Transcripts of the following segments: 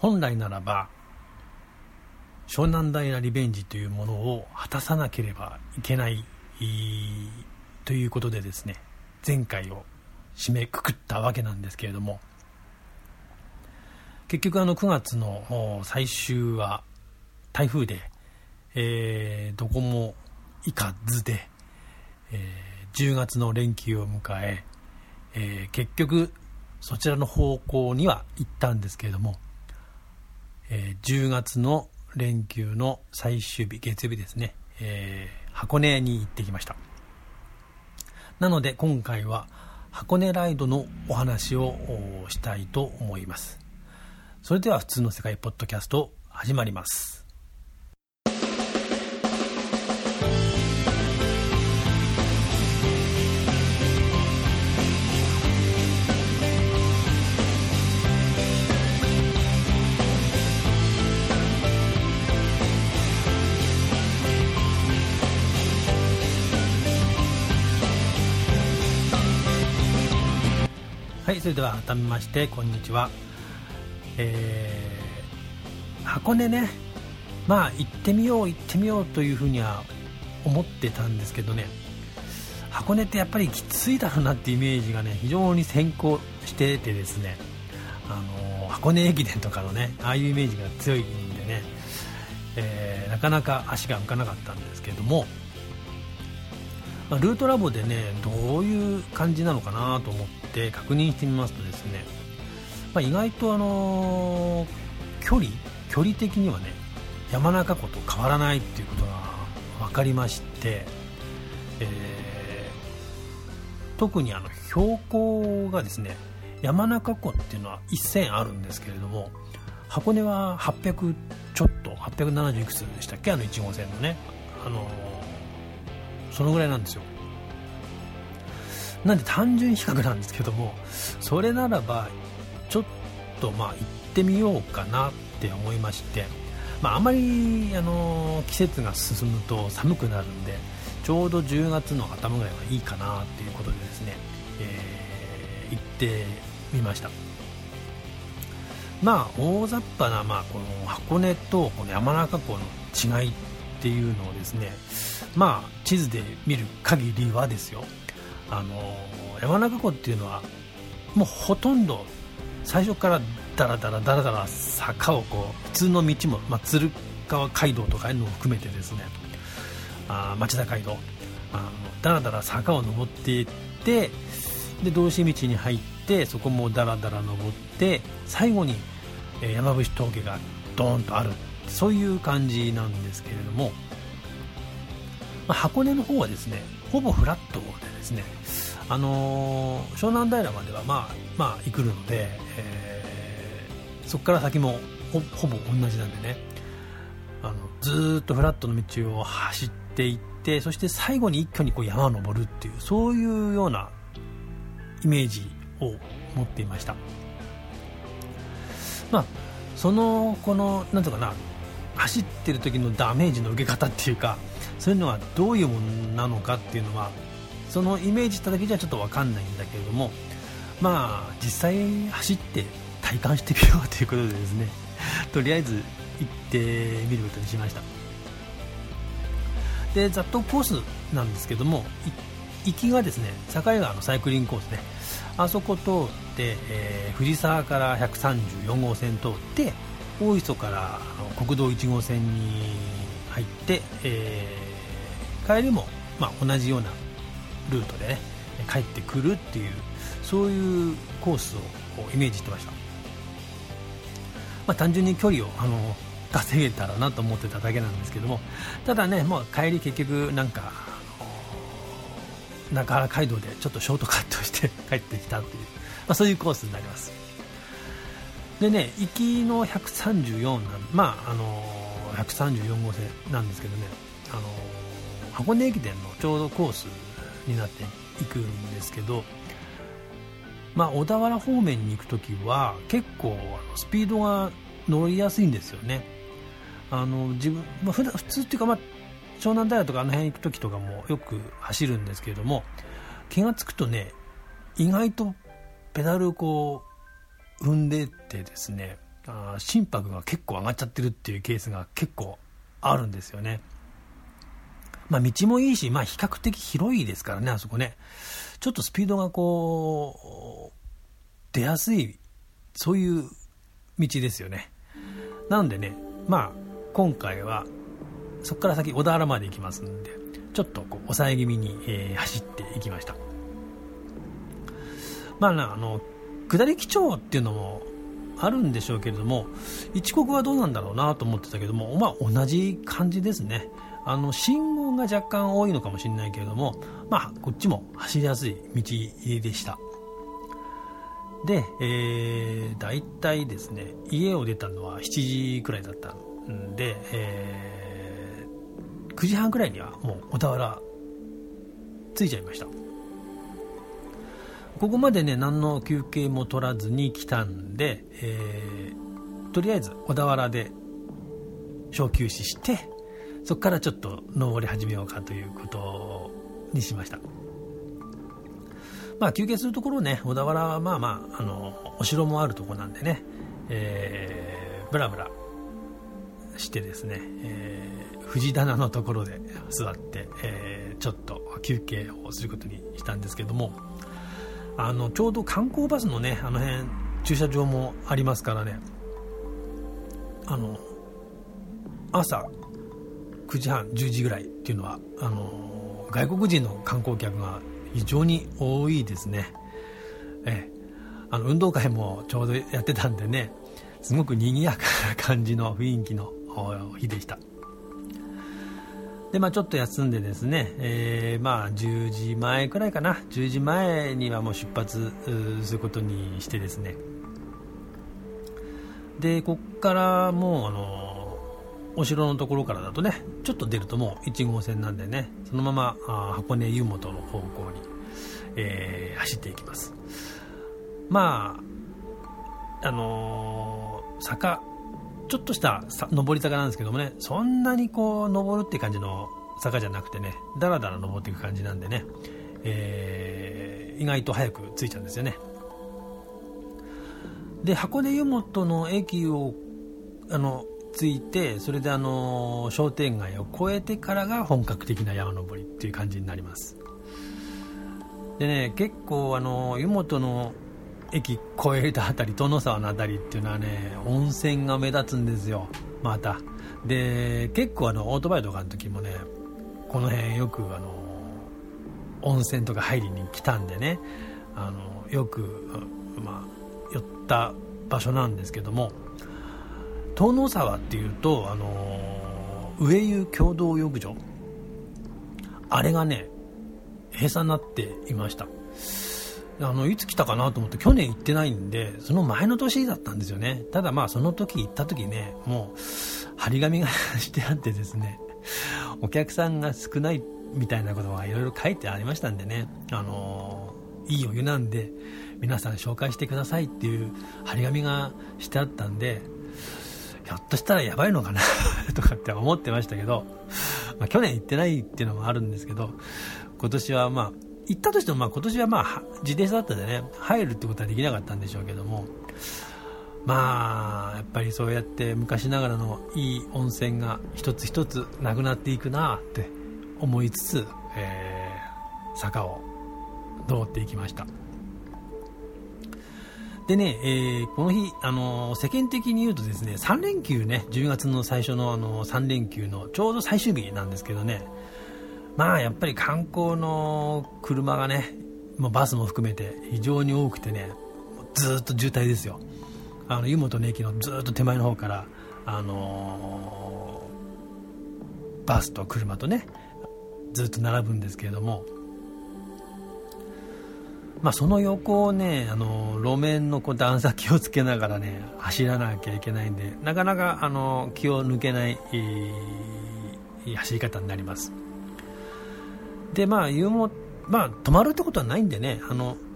本来ならば湘南平リベンジというものを果たさなければいけないということでですね、前回を締めくくったわけなんですけれども、結局9月の最終は台風で、どこも行かずで、10月の連休を迎え、結局そちらの方向には行ったんですけれども、10月の連休の最終日、月曜日ですね、箱根に行ってきました。なので今回は箱根ライドのお話をしたいと思います。それでは普通の世界ポッドキャスト始まります。はい、それでは改めましてこんにちは。箱根ね、まあ行ってみようというふうには思ってたんですけどね、箱根ってやっぱりきついだろうなっていうイメージがね非常に先行しててですね、箱根駅伝とかのねああいうイメージが強いんでね、なかなか足が向かなかったんですけれども、ルートラボでねどういう感じなのかなと思って確認してみますとですね、意外と距離的にはね山中湖と変わらないっていうことが分かりまして、特に標高がですね、山中湖っていうのは1000あるんですけれども、箱根は800ちょっと870いくつでしたっけ、1号線のね、そのぐらいなんですよ。なんで単純比較なんですけども、それならばちょっと行ってみようかなって思いまして、あまり季節が進むと寒くなるんで、ちょうど10月の頭ぐらいはいいかなっていうことでですね、行ってみました。大雑把な、この箱根とこの山中湖の違いっていうのをですね、地図で見る限りはですよ、山中湖っていうのはもうほとんど最初からダラダラ坂を普通の道も、鶴川街道とかいうのを含めてですね、町田街道ダラダラ坂を登っていって、で道志道に入って、そこもダラダラ登って、最後に山伏峠がドーンとある、そういう感じなんですけれども、箱根の方はですねほぼフラットでですね、湘南平までは行くので、そこから先もほぼ同じなんでね、ずーっとフラットの道を走っていって、そして最後に一挙に山を登るっていう、そういうようなイメージを持っていました。このなんとかな、走ってる時のダメージの受け方っていうか、そういうのはどういうものなのかっていうのは、そのイメージしただけじゃちょっと分かんないんだけれども、実際走って体感してみようということでですねとりあえず行ってみることにしました。でざっとコースなんですけども、行きがですね境川のサイクリングコースね、あそこ通って、藤沢から134号線通って、大磯から国道1号線に入って、帰りも同じようなルートで、ね、帰ってくるっていう、そういうコースをイメージしてました。単純に距離を稼げたらなと思ってただけなんですけども、ただね、帰り結局中原街道でちょっとショートカットして帰ってきたという、そういうコースになります。でね、行きの134号線なんですけどね、箱根駅伝のちょうどコースになっていくんですけど、小田原方面に行くときは結構スピードが乗りやすいんですよね。自分、普通っていうか、湘南平とか辺行くときとかもよく走るんですけれども、気がつくとね、意外とペダル踏んでってですね、 心拍が結構上がっちゃってるっていうケースが結構あるんですよね。道もいいし、比較的広いですからね、あそこね。ちょっとスピードが出やすい、そういう道ですよね。なのでね、今回はそこから先小田原まで行きますんで、ちょっと抑え気味に、走っていきました。下り基調っていうのもあるんでしょうけれども、一国はどうなんだろうなと思ってたけども、同じ感じですね。信号が若干多いのかもしれないけれども、こっちも走りやすい道でした。で、だいたいですね、家を出たのは7時くらいだったんで、9時半くらいにはもう小田原着いちゃいました。ここまでね、何の休憩も取らずに来たんで、とりあえず小田原で小休止して、そこからちょっと登り始めようかということにしました。休憩するところね、小田原はお城もあるところなんでね、ブラブラしてですね、藤棚のところで座って、ちょっと休憩をすることにしたんですけども、ちょうど観光バスのね、辺駐車場もありますからね、朝9時半10時ぐらいっていうのは外国人の観光客が非常に多いですね。運動会もちょうどやってたんでね、すごく賑やかな感じの雰囲気の日でした。でちょっと休んでですね、10時前くらいかな、10時前にはもう出発することにしてですね、でこっからもうお城のところからだとね、ちょっと出るともう1号線なんでね、そのまま箱根湯本の方向に、走っていきます。坂、ちょっとした上り坂なんですけどもね、そんなに登るって感じの坂じゃなくてね、だらだら登っていく感じなんでね、意外と早く着いちゃうんですよね。で箱根湯本の駅を着いて、それで商店街を越えてからが本格的な山登りっていう感じになります。でね、結構湯本の駅越えたあたり、殿沢のあたりっていうのはね、温泉が目立つんですよ。またで結構オートバイとかの時もね、この辺よく温泉とか入りに来たんでね、よく寄った場所なんですけども、殿沢っていうと上湯共同浴場、あれがね閉鎖になっていました。いつ来たかなと思って去年行ってないんで、その前の年だったんですよね。ただその時行った時ね、もう張り紙がしてあってですね、お客さんが少ないみたいなことがいろいろ書いてありましたんでね、いいお湯なんで皆さん紹介してくださいっていう張り紙がしてあったんで、ひょっとしたらやばいのかなとかって思ってましたけど、去年行ってないっていうのもあるんですけど、今年は行ったとしても今年は自転車だったんでね、入るってことはできなかったんでしょうけども、やっぱりそうやって昔ながらのいい温泉が一つ一つなくなっていくなって思いつつ、坂を登っていきました。でね、この日世間的に言うとですね、3連休ね、10月の最初の3連休のちょうど最終日なんですけどね、やっぱり観光の車がね、バスも含めて非常に多くてね、ずっと渋滞ですよ。湯本の駅のずっと手前の方から、バスと車とねずっと並ぶんですけれども、その横をね、路面の段差気をつけながらね走らなきゃいけないんで、なかなか気を抜けない走り方になります。で止まるってことはないんでね、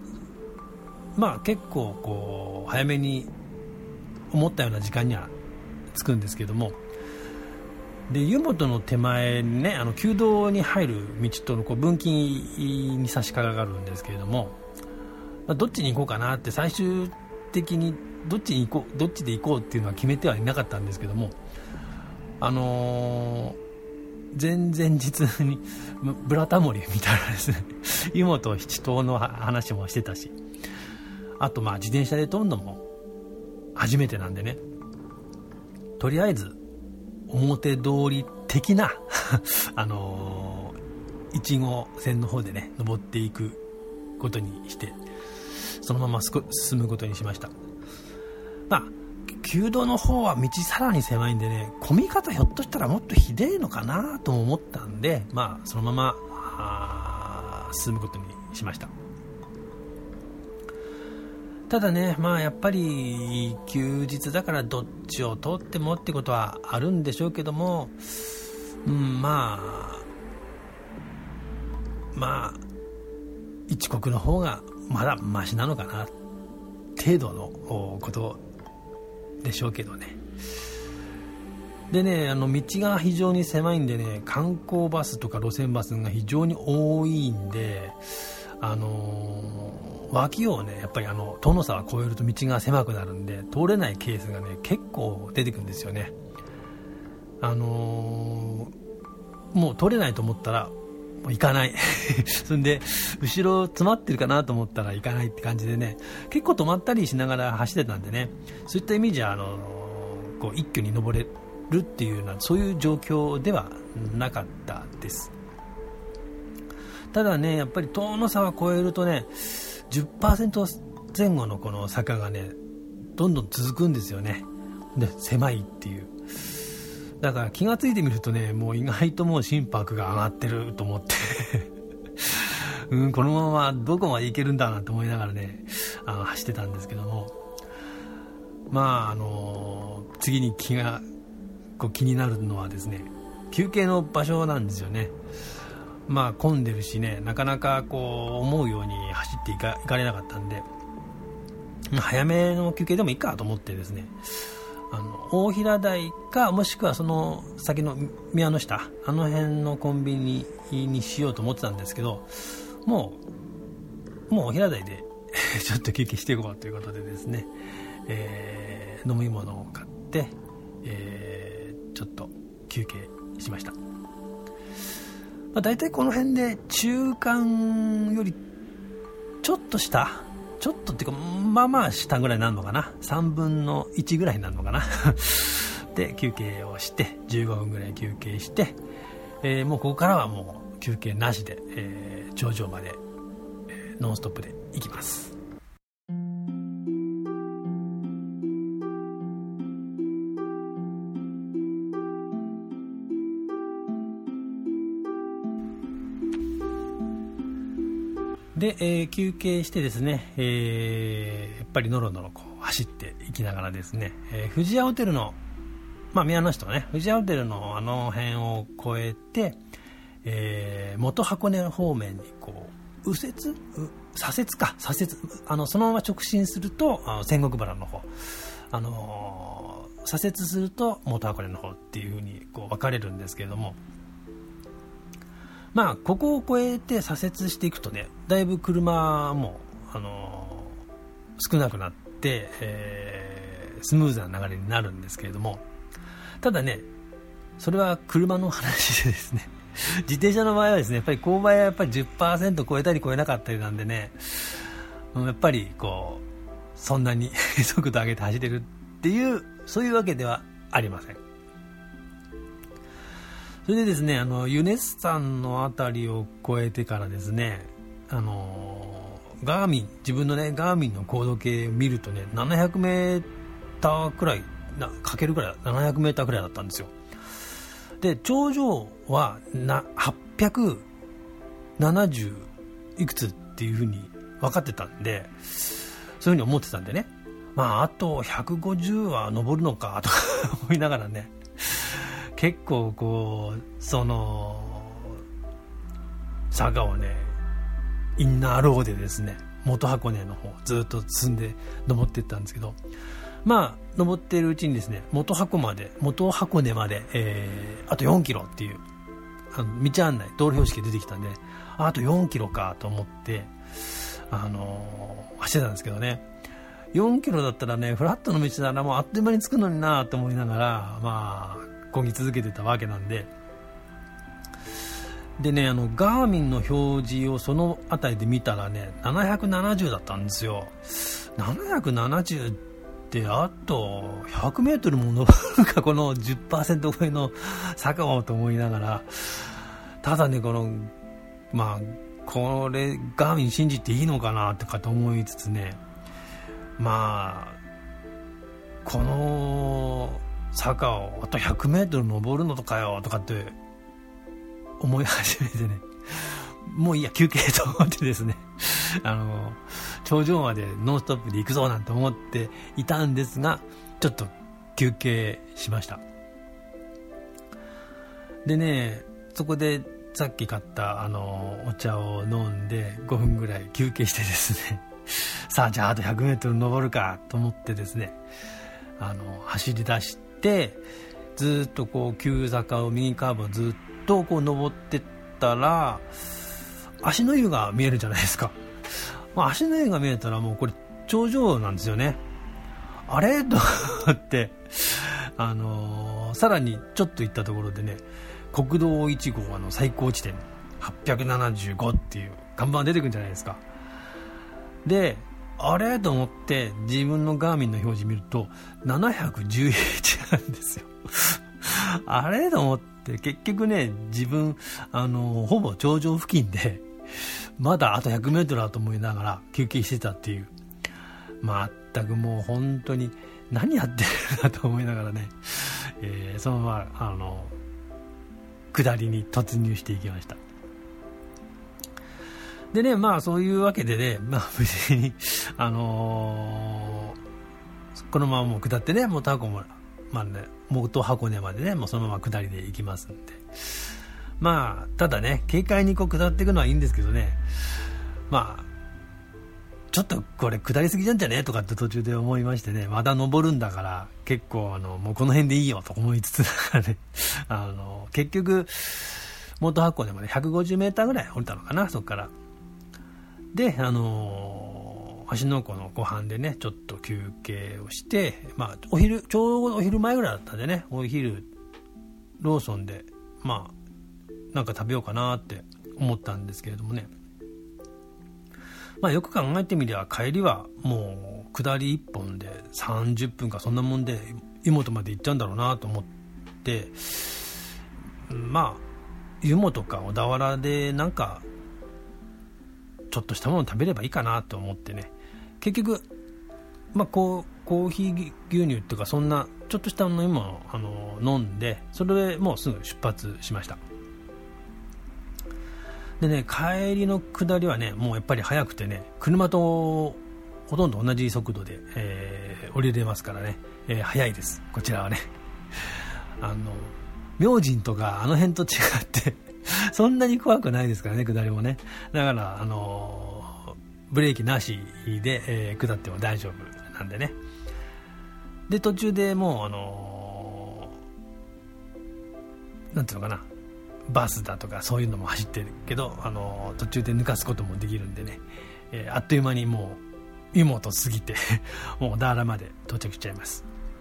結構早めに思ったような時間には着くんですけども、で湯本の手前にね、旧道に入る道との分岐に差し掛かるんですけれども、どっちに行こうかなって最終的にどっちで行こうっていうのは決めてはいなかったんですけども、前々日にブラタモリみたいなですね湯本七島の話もしてたし、あと自転車で飛んだのも初めてなんでね、とりあえず表通り的な1号線の方でね登っていくことにして、そのまま進むことにしました。旧道の方は道さらに狭いんでね、混み方ひょっとしたらもっとひでえのかなとも思ったんで、そのまま進むことにしました。ただね、やっぱり休日だからどっちを通ってもってことはあるんでしょうけども、一国の方がまだマシなのかな程度のことでしょうけどね。でね、道が非常に狭いんでね、観光バスとか路線バスが非常に多いんで、脇をねやっぱり遠野沢を越えると道が狭くなるんで通れないケースがね結構出てくるんですよね。もう通れないと思ったらもう行かないそんで後ろ詰まってるかなと思ったら行かないって感じでね、結構止まったりしながら走ってたんでね、そういった意味じゃこう一挙に登れるっていうようなそういう状況ではなかったです。ただね、やっぱり遠野沢を越えるとね 10% 前後のこの坂がねどんどん続くんですよね。で狭いっていう、だから気がついてみるとね、もう意外ともう心拍が上がってると思ってこのままどこまで行けるんだなと思いながらね走ってたんですけども、次に気になるのはですね、休憩の場所なんですよね。混んでるしね、なかなか思うように走っていかれなかったんで、早めの休憩でもいいかと思ってですね、大平台かもしくはその先の宮の下辺のコンビニにしようと思ってたんですけど、もう大平台でちょっと休憩していこうということでですね、飲み物を買って、ちょっと休憩しました。だいたいこの辺で中間よりちょっと下、ちょっとっていうか下ぐらいになるのかな、3分の1ぐらいになるのかなで休憩をして15分ぐらい休憩して、もうここからはもう休憩なしで、頂上まで、ノンストップで行きます。で、休憩してですね、やっぱりのろのろ走っていきながらですね、富士屋ホテルの、宮の下ね、富士屋ホテルの辺を越えて、元箱根方面に左折そのまま直進すると仙石原の方、左折すると元箱根の方っていう風に分かれるんですけれども、ここを越えて左折していくとね、だいぶ車も、少なくなって、スムーズな流れになるんですけれども、ただね、それは車の話でですね自転車の場合はですね、やっぱり勾配はやっぱり 10% 超えたり超えなかったりなんでね、やっぱりそんなに速度上げて走れるっていうそういうわけではありません。それでですね、ユネス山のあたりを越えてからですね、自分のねガーミンの高度計を見るとね、700メーターくらいかけるくらい700メーターくらいだったんですよ。で頂上は870いくつっていう風に分かってたんで、そういう風に思ってたんでね、あと150は登るのかとか思いながらね、結構その坂をねインナーローでですね元箱根の方ずっと進んで登っていったんですけど、登っているうちにですね元箱根まで、あと4キロっていう道案内道路標識が出てきたんで、あと4キロかと思って走ってたんですけどね、 4キロだったらねフラットの道ならもうあっという間に着くのになと思いながらまあ漕ぎ続けてたわけなんで、でねガーミンの表示をその辺りで見たらね770だったんですよ。770ってあと100メートルも登るかこの 10% 超えの坂をと思いながら、ただねまあこれガーミン信じていいのかなとかと思いつつね、まあこの坂をあと100メートル登るのとかよとかって思い始めてね、もういいや休憩と思ってですね頂上までノンストップで行くぞなんて思っていたんですが、ちょっと休憩しました。でねそこでさっき買ったお茶を飲んで5分ぐらい休憩してですねさあじゃああと100メートル登るかと思ってですね走り出して、ずっとこう急坂を右カーブをずっとこう登ってったら足の湯が見えるじゃないですか。まあ、足の湯が見えたらもうこれ頂上なんですよね。あれと思ってさらにちょっと行ったところでね国道1号最高地点875っていう看板が出てくるんじゃないですか。であれと思って自分のガーミンの表示見ると711なんですよあれと思って結局ね自分ほぼ頂上付近でまだあと100メートルだと思いながら休憩してたっていう、まったくもう本当に何やってるんだと思いながらね、そのまま下りに突入していきました。でねまあそういうわけでね、まあ無事にこのままもう下ってね元箱根まで、ね、元箱根までねもうそのまま下りで行きますんで、まあただね軽快にこう下っていくのはいいんですけどね、まあちょっとこれ下りすぎなんじゃねとかって途中で思いましてね、まだ登るんだから結構もうこの辺でいいよと思いつつね結局元箱根まで150メーターぐらい降りたのかな。そこからで芦ノ湖の湖畔でねちょっと休憩をして、まあちょうどお昼前ぐらいだったんでね、お昼ローソンでまあなんか食べようかなって思ったんですけれどもね、まあよく考えてみれば帰りはもう下り1本で30分かそんなもんで湯本まで行っちゃうんだろうなと思って、まあ湯本か小田原でなんかちょっとしたもの食べればいいかなと思ってね、結局まあコーヒー牛乳っていうかそんなちょっとした飲み物飲んで、それでもうすぐ出発しました。でね帰りの下りはねもうやっぱり速くてね車とほとんど同じ速度で、降りれますからね、速いですこちらはね明神とか辺と違ってそんなに怖くないですからね下りもね。だからブレーキなしで、下っても大丈夫なんでね。で途中でもうなんていうのかなバスだとかそういうのも走ってるけど途中で抜かすこともできるんでね、あっという間にもう湯本過ぎてもう小田原まで到着しちゃいます。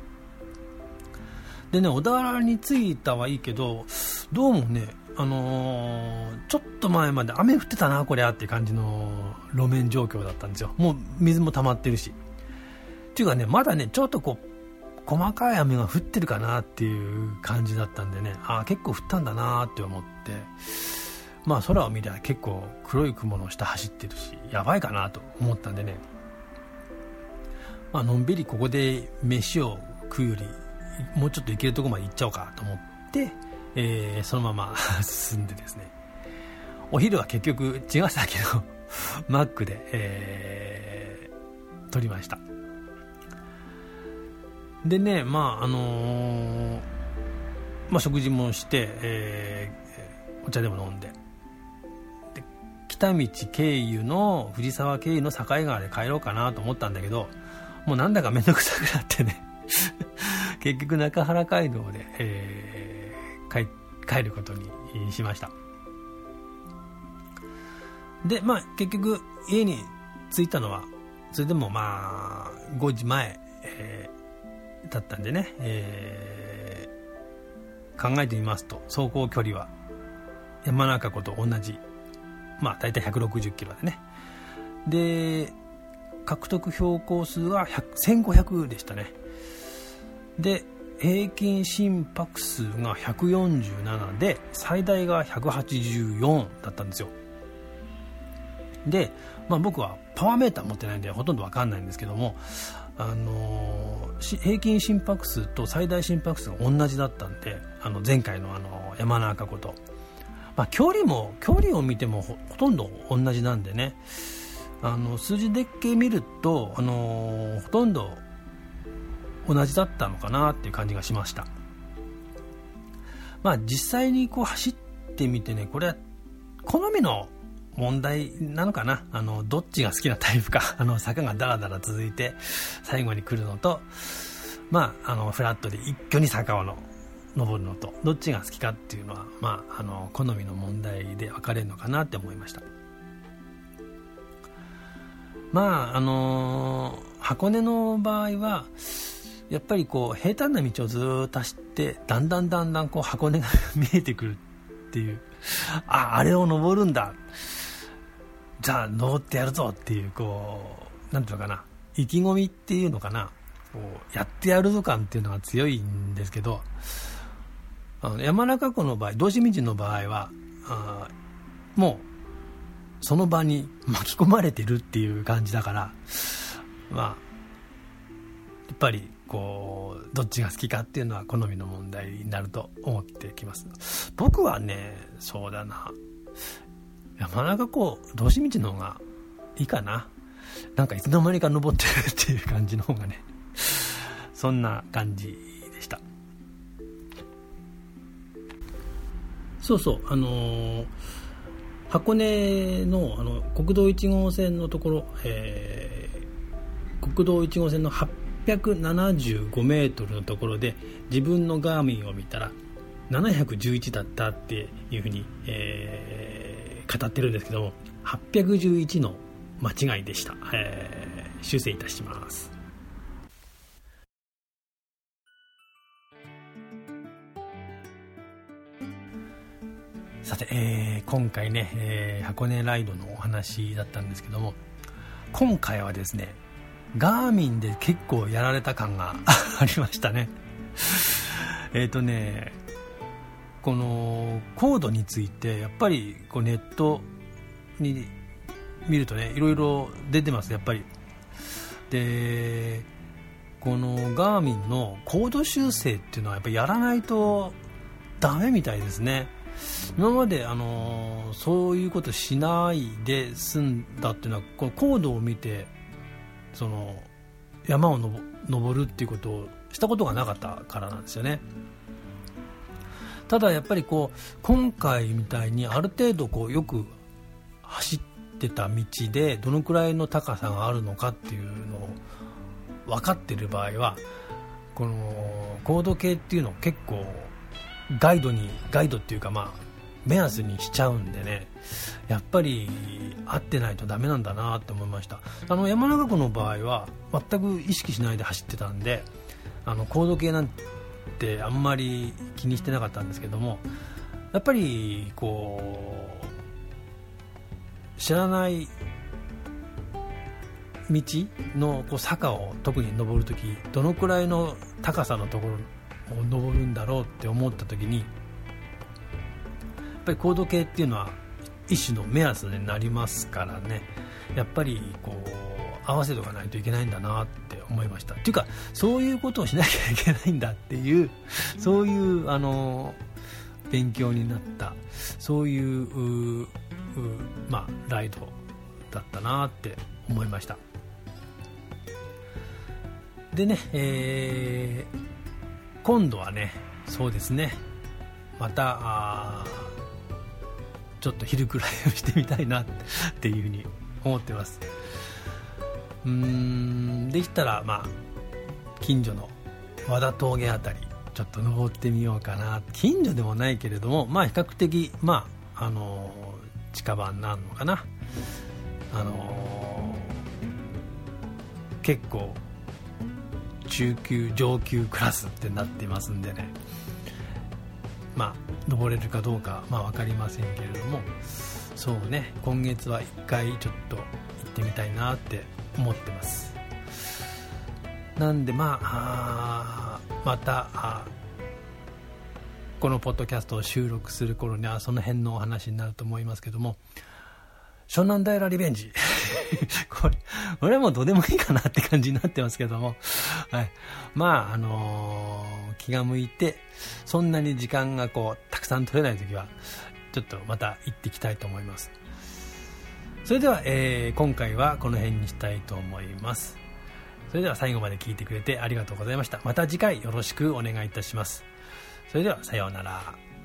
でね小田原に着いたはいいけどどうもねちょっと前まで雨降ってたなこりゃっていう感じの路面状況だったんですよ。もう水も溜まってるしっていうかねまだねちょっとこう細かい雨が降ってるかなっていう感じだったんでね、結構降ったんだなって思って、まあ空を見たら結構黒い雲の下走ってるしやばいかなと思ったんでね、まあのんびりここで飯を食うよりもうちょっと行けるとこまで行っちゃおうかと思って、そのまま進んでですね、お昼は結局茅ヶ崎のマックで、取りました。でねまあ食事もして、お茶でも飲んで北道経由の藤沢経由の境川で帰ろうかなと思ったんだけど、もうなんだかめんどくさくなってね結局中原街道で、帰ることにしました。でまあ結局家に着いたのはそれでもまあ5時前、だったんでね、考えてみますと走行距離は山中湖と同じ、まあ大体160キロでね、で獲得標高数は1500でしたね。で平均心拍数が147で最大が184だったんですよ。で、まあ、僕はパワーメーター持ってないんでほとんど分かんないんですけども、平均心拍数と最大心拍数が同じだったんで、前回の山中湖と、まあ、距離を見ても ほとんど同じなんでね、数字で見ると、ほとんど同じだったのかなっていう感じがしました。まあ実際にこう走ってみてね、これは好みの問題なのかな。どっちが好きなタイプか、坂がダラダラ続いて最後に来るのと、まあフラットで一挙に坂を登るのと、どっちが好きかっていうのは、まあ好みの問題で分かれるのかなって思いました。まあ箱根の場合はやっぱりこう平坦な道をずっと走ってだんだんこう箱根が見えてくるっていう、あれを登るんだ、じゃあ登ってやるぞっていう、こうなんていうのかな、意気込みっていうのかな、こうやってやるぞ感っていうのが強いんですけど、山中湖の場合、道志道の場合はもうその場に巻き込まれてるっていう感じだから、まあやっぱりこうどっちが好きかっていうのは好みの問題になると思ってきます。僕はね、そうだな、山中湖道志道の方がいいかな。なんかいつの間にか登ってるっていう感じの方がね、そんな感じでした。そうそう、箱根の国道1号線のところ、国道1号線の875メートルのところで自分のガーミンを見たら711だったっていうふうに、語ってるんですけども、811の間違いでした。修正いたします。さて、今回ね、箱根ライドのお話だったんですけども、今回はですね、ガーミンで結構やられた感がありましたね。このコードについてやっぱりこうネットに見るとね、いろいろ出てます。やっぱりで、このガーミンのコード修正っていうのはやっぱりやらないとダメみたいですね。今までそういうことしないで済んだっていうのは、このコードを見てその山を登るっていうことをしたことがなかったからなんですよね。ただやっぱりこう今回みたいにある程度こうよく走ってた道でどのくらいの高さがあるのかっていうのを分かっている場合は、このコード系っていうのを結構ガイドっていうか、まあ目安にしちゃうんでね、やっぱり合ってないとダメなんだなって思いました。山中湖の場合は全く意識しないで走ってたんで、コード系なんてあんまり気にしてなかったんですけども、やっぱりこう知らない道のこう坂を特に登るとき、どのくらいの高さのところを登るんだろうって思ったときに、やっぱりコード系っていうのは一種の目安になりますからね、やっぱりこう合わせておかないといけないんだなって思いました。っていうか、そういうことをしなきゃいけないんだっていう、そういう勉強になった、そういうまあライドだったなって思いました。でね、今度はね、そうですね、またちょっと昼くらいをしてみたいなっていうふうに思ってます。できたらまあ近所の和田峠あたりちょっと登ってみようかな。近所でもないけれども、まあ比較的まあ近場になるのかな。 結構中級上級クラスってなってますんでね、まあ登れるかどうか分かりませんけれども、そうね、今月は1回ちょっと行ってみたいなって思ってます。なんでまたこのポッドキャストを収録する頃にはその辺のお話になると思いますけども、湘南平リベンジこれはもうどうでもいいかなって感じになってますけども、はい、まあ気が向いてそんなに時間がたくさん取れない時はちょっとまた行ってきたいと思います。それでは、今回はこの辺にしたいと思います。それでは最後まで聞いてくれてありがとうございました。また次回よろしくお願いいたします。それではさようなら。